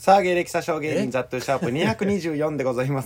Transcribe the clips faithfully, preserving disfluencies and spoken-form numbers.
さあ芸歴詐称芸人ザットゥシャープにひゃくにじゅうよんでございます。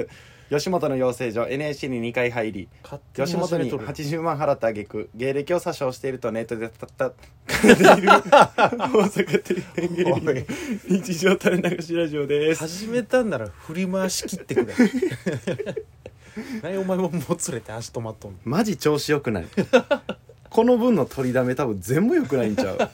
吉本の養成所 エヌエーシー ににかい入り、吉本にはちじゅうまん払った挙句芸歴を詐称しているとネットでたった書いている大阪底辺芸人の日常垂れ流しラジオです。 始めたんなら振り回し切ってくれ何お前ももつれて足止まっとんの。 マジ調子よくないこの分の取りだめ多分全部よくないんちゃう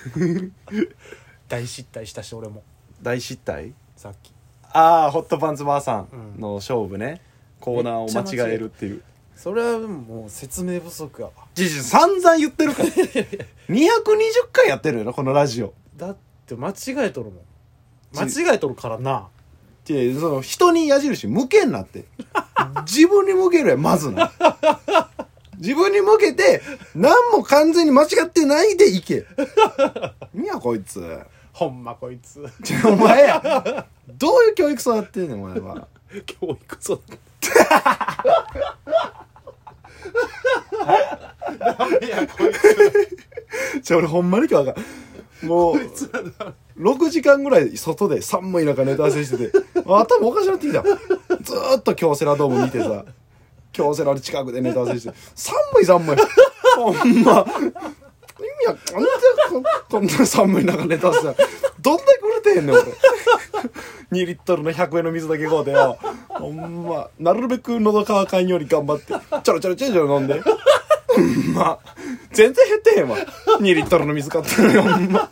大失態したし俺も大失態。 さっきああホットパンツばあさんの勝負ね、うん、コーナーを間違えるっていう。 それはもう説明不足やわ。 じじ散々言ってるからにひゃくにじゅっかいやってるよなこのラジオ。 だって間違えとるもん。間違えとるからな。 じその人に矢印向けんなって自分に向けるやまずな自分に向けて何も完全に間違ってないでいけいやこいつほんまこいつお前やどういう教育育ってんねんお前は教育育ダメやこいつちょ俺ほんまに今日あかんもうろくじかんぐらい外で寒い中ネタ合わせしてて頭おかしなってきた。ずーっと京セラドーム見てさ京セラの近くでネタ合わせして寒い寒いほんま意味わかんないこんな寒い中ネタ合わせどんだけ売れてへんねん俺にリットルのひゃくえんの水だけ買うてよほんまなるべく喉乾かんように頑張ってちょろちょろちょろちょろ飲んでほんま全然減ってへんわにリットルの水買ったのよほんま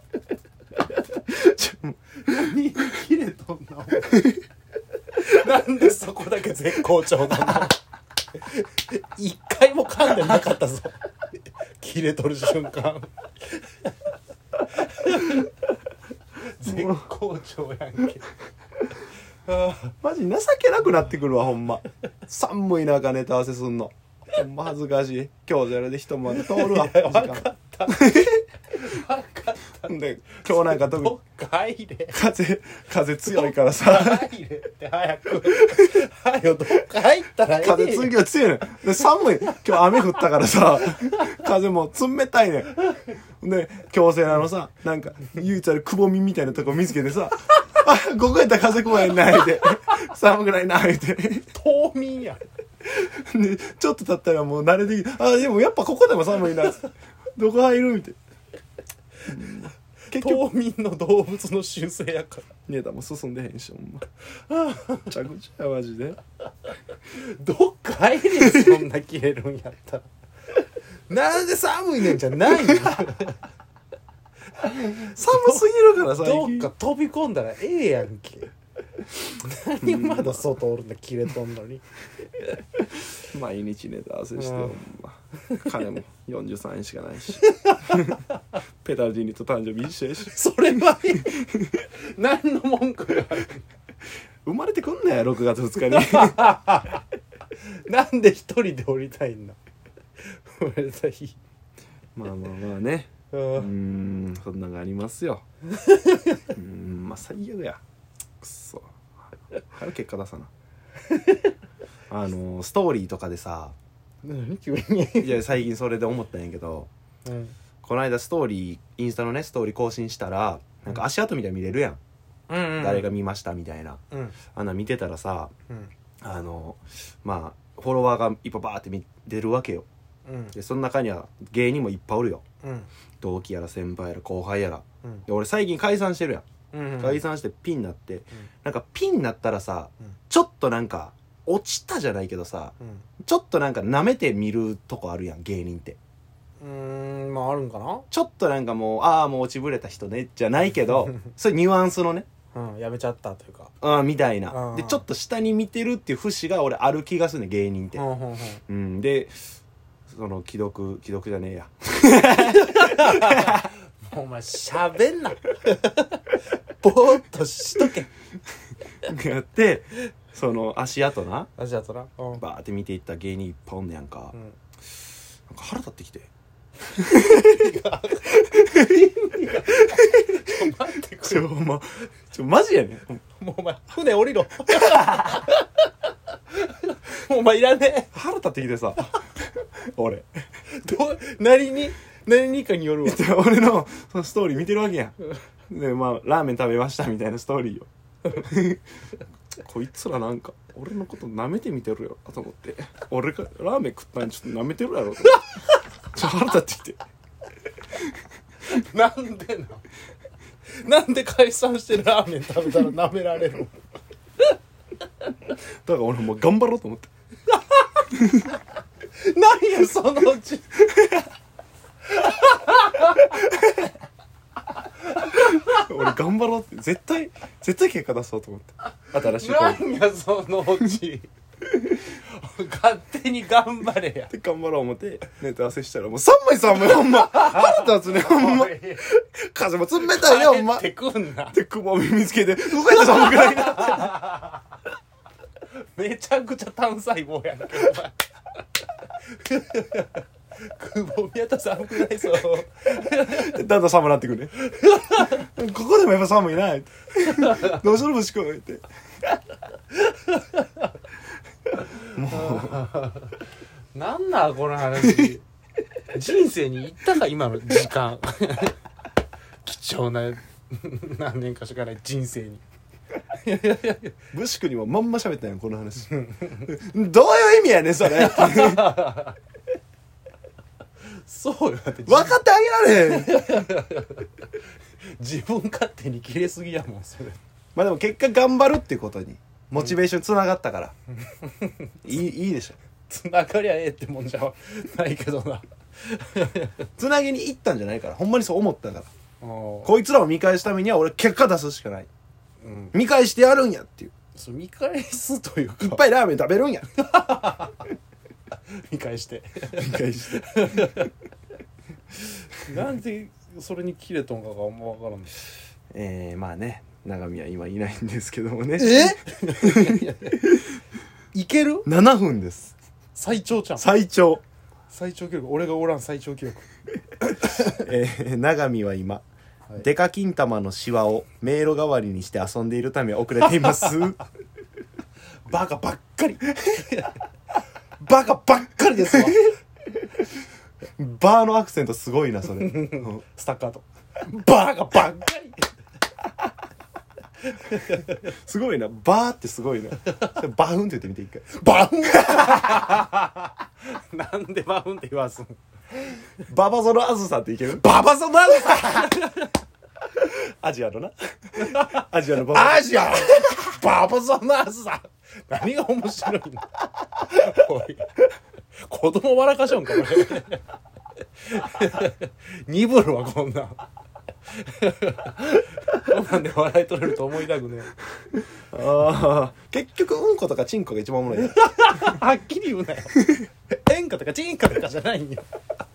何切れとんのなんでそこだけ絶好調なの一回も噛んでなかったぞ切れとる瞬間絶好調やんけマジ情けなくなってくるわほんま寒い中ネタ合わせすんのほんま恥ずかしい。今日じゃあれで一回り通るわ分かった分かったで今日なんか特にどっか入れ風風強いからさ入れって早く早よどっか入ったらええ風次は強いねんで寒い今日雨降ったからさ風も冷たいねんで京セラのさなんか唯一あるくぼみみたいなとこ見つけてさあここやったら風来ないなって寒くないなって冬眠やでちょっと経ったらもう慣れてきてあでもやっぱここでも寒いなどこ入るみたいな結局冬眠の動物の習性やからネタも進んでへんしほんまめちゃくちゃやマジでどっか入れそんな切れるんやったらなんで寒いねんじゃないの寒すぎるから最ど近っか飛び込んだらええやんけ何まだ外おるんだ切れとんのに毎日ネタ合わせしてほんま金もよんじゅうさんえんしかないしペダルディニと誕生日一緒やしそれは何の文句がある生まれてくんねろくがつふつかになんで一人で降りたいんだ生まれた日まあまあまあねうーんそんなのがありますようーんまあ最悪やくっそ早く結果出さなあのストーリーとかでさ何急にいや最近それで思ったんやけど、うん、この間ストーリーインスタのねストーリー更新したらなんか足跡みたいに見れるやん、うんうん、誰が見ましたみたいな、うん、あんな見てたらさ、うん、あのまあフォロワーがいっぱいバーって見出るわけよ、うん、でその中には芸人もいっぱいおるよ、うん、同期やら先輩やら後輩やら、うん、で俺最近解散してるやん、うんうん、解散してピンになって、うん、なんかピンになったらさ、うん、ちょっとなんか落ちたじゃないけどさ、うん、ちょっとなんか舐めて見るとこあるやん芸人って。 うーんまああるんかな。 ちょっとなんかもうああもう落ちぶれた人ねじゃないけどそれニュアンスのね、 うん、やめちゃったというかうんみたいな、うん、でちょっと下に見てるっていう節が俺ある気がするね芸人って、うんうんうんうん、でその既読既読じゃねえやもうお前喋んなぼーっとしとけやってその足跡な足跡な、 うん、バーって見ていった芸人いっぱいおんねやんか、うん、なんか腹立ってきて意味が意味がちょ待ってくれちょまちょマジやねんもうお前船降りろもうお前いらねえ腹立ってきてさ俺ど何に何にかによるわ俺のそのストーリー見てるわけやんでまあラーメン食べましたみたいなストーリーよこいつらなんか俺のこと舐めてみてるよと思って、俺がラーメン食ったのにちょっと舐めてるやろと思ってちょっと腹立ってきてなんでななんで解散してるラーメン食べたら舐められるのだから俺もう頑張ろうと思って何やそのうち俺頑張ろうって絶対絶対結果出そうと思って新しい何やそのうち勝手に頑張れやで頑張ろう思ってネタ合わせしたらもう寒い寒いほんま腹立つねほんま風も冷たいねほんま帰ってくんなで雲見つけて動いて寒くないなめちゃくちゃ単細胞やなけどくぼみやったら寒くないぞだんだん寒くなってくるねここでもやっぱ寒いなどうしろぶしこいってもうなんなんこの話人生に行ったか今の時間貴重な何年かしかない人生にブシクにもまんま喋ったんやんこの話どういう意味やねんそれそうよだって分かってあげられへん自分勝手に切れすぎやもんそれ。 まあでも結果頑張るっていうことにモチベーションつながったから、うん、いいいいでしょ。 つながりゃええってもんじゃないけどなつなげに行ったんじゃないからほんまにそう思ったからここいつらを見返すためには俺結果出すしかない、うん、見返してやるんやっていうそう見返すというかいっぱいラーメン食べるんや見返して見返してなんでそれに切れとんかがあんま分からんね。 えー、まあね長見は今いないんですけどもねえいけるななふんです最長ちゃん最長最長記録俺がおらん最長記録えー、長見は今、はい、デカ金玉のシワを迷路代わりにして遊んでいるため遅れていますバカばっかりバカばっかりですわバーのアクセントすごいなそれスタッカートバカばっかりすごいなバーってすごいなバフンって言ってみて一回バフンなんでバフンって言わすんババゾのあずさっていけるババゾのあずさアジアのなアジアのババアジアババゾのあずさ何が面白いのおい子供笑かしょんかこれ鈍るわこんなんこんなんで笑い取れると思いたくねああ結局うんことかチンコが一番おもろいはっきり言うなよ演歌とかチンコとかじゃないんよ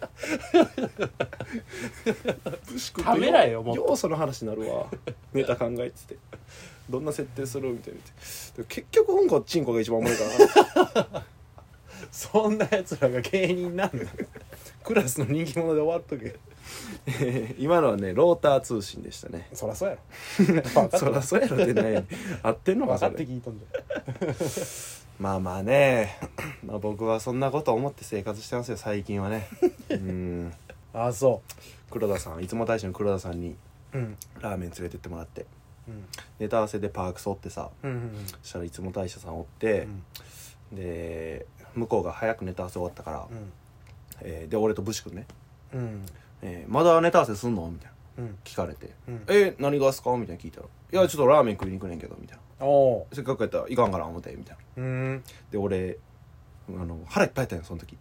カメラよもっと要素の話になるわネタ考えててどんな設定するみたいな結局うんこチンコが一番おもろいからそんなやつらが芸人なんだクラスの人気者で終わっとけ今のはねローター通信でしたねそらそうやろそらそうやろってね合ってんのか分かって聞いとんじゃんまあまあねまあ僕はそんなこと思って生活してますよ最近はねうんああそう黒田さんいつも大使の黒田さんに、 うん、 ラーメン連れてってもらって、 うん、 ネタ合わせでパークスおってさ、うんうんうん、そしたらいつも大使さんおって、うん、で向こうが早くネタ合わせ終わったから、うんえー、で俺とブシ君ね、うんえー、まだネタ合わせすんのみたいな、うん、聞かれて、うん、えー、何がすかみたいな聞いたらいやちょっとラーメン食いに行くねんけどみたいなおせっかくやったらいかんから思ってみたいなうんで俺あの腹いっぱいやったんよその時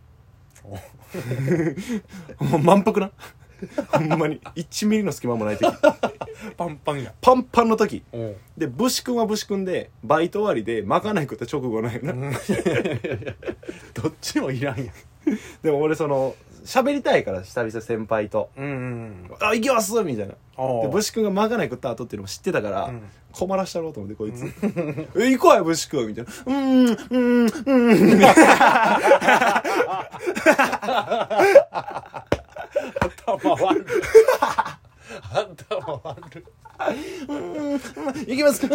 もう満腹なほんまにいちミリの隙間もない時パンパンやパンパンの時でブシ君はブシ君でバイト終わりでまかない食った直後なんやな、うん、 どっちもいらんやでも俺その喋りたいから久々先輩と、うんうん、あ行きますみたいなでブシ君がまかない食った後っていうのも知ってたから、うん、困らしたろうと思ってこいつえ行こうやブシ君みたいなうーんうーんうーん頭悪い頭悪い行きますか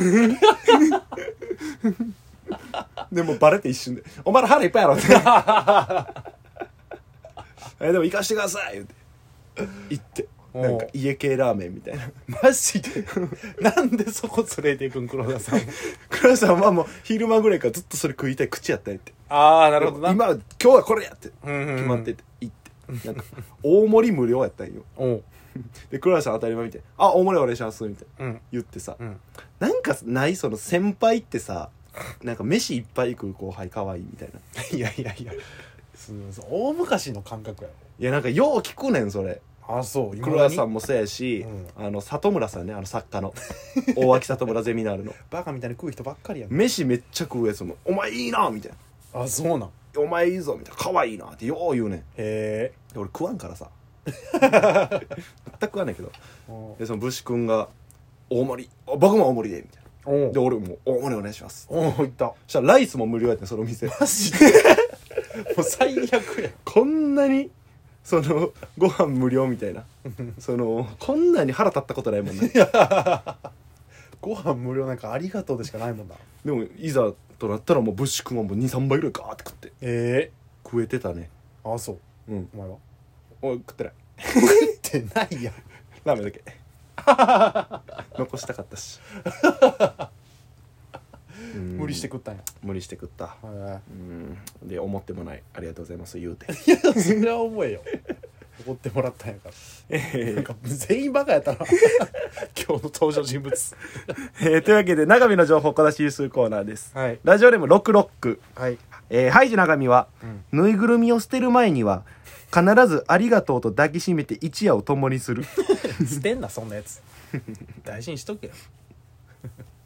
でもバレて一瞬でお前ら腹いっぱいやろってえでも行かしてください言って行ってなんか家系ラーメンみたいな。 マジでなんでそこ連れていくん黒田さんも。 黒田さんはもう昼間ぐらいからずっとそれ食いたい口やったんやって。 ああなるほどな。 今今日はこれやってうんうんうん決まってて行ってなんか大盛り無料やったんよ。 おうで黒田さん当たり前みたいな「あ大盛りお願いします」みたいなうん言ってさ、 うん、 なんかないその先輩ってさなんか飯いっぱい食う後輩可愛いみたいな。 いやいやいや大昔の感覚やろ。 いやなんかよう聞くねんそれ。 あそう黒田さんもそうやし、うん、あの里村さんねあの作家の大脇里村ゼミナールのバカみたいに食う人ばっかりやん。 飯めっちゃ食うやつも「お前いいな」みたいな。あそうなん。 お前いいぞみたいな可愛いなってよう言うねん。へえ俺食わんからさ全く食わないけどでその武士君が「大盛り僕も大盛りで」みたいなで俺も「大盛りお願いします」 おおいった。 そしたらライスも無料やったその店。 マジでもう最悪や。 こんなにそのご飯無料みたいなそのこんなに腹立ったことないもんね。 ご飯無料なんかありがとうでしかないもんな。 でもいざとなったらもうブッシュ君はもうにさんばいぐらいガーって食ってええー、食えてたね。 ああそう。 うんお前はおい食ってない食ってないやん。 ラーメンだけ残したかったし無理して食ったんや。 無理して食った。うんで思ってもないありがとうございます言うて。 いやそれは思えよ。怒ってもらったんやから。なんか全員バカやったな今日の登場人物。 えー、というわけで長見の情報小出し有数コーナーです、 はい、 ラジオネームロックロック、 はいえー、ハイジ長見は、うん、ぬいぐるみを捨てる前には必ずありがとうと抱きしめて一夜を共にする。 捨てんなそんなやつ大事にしとけよ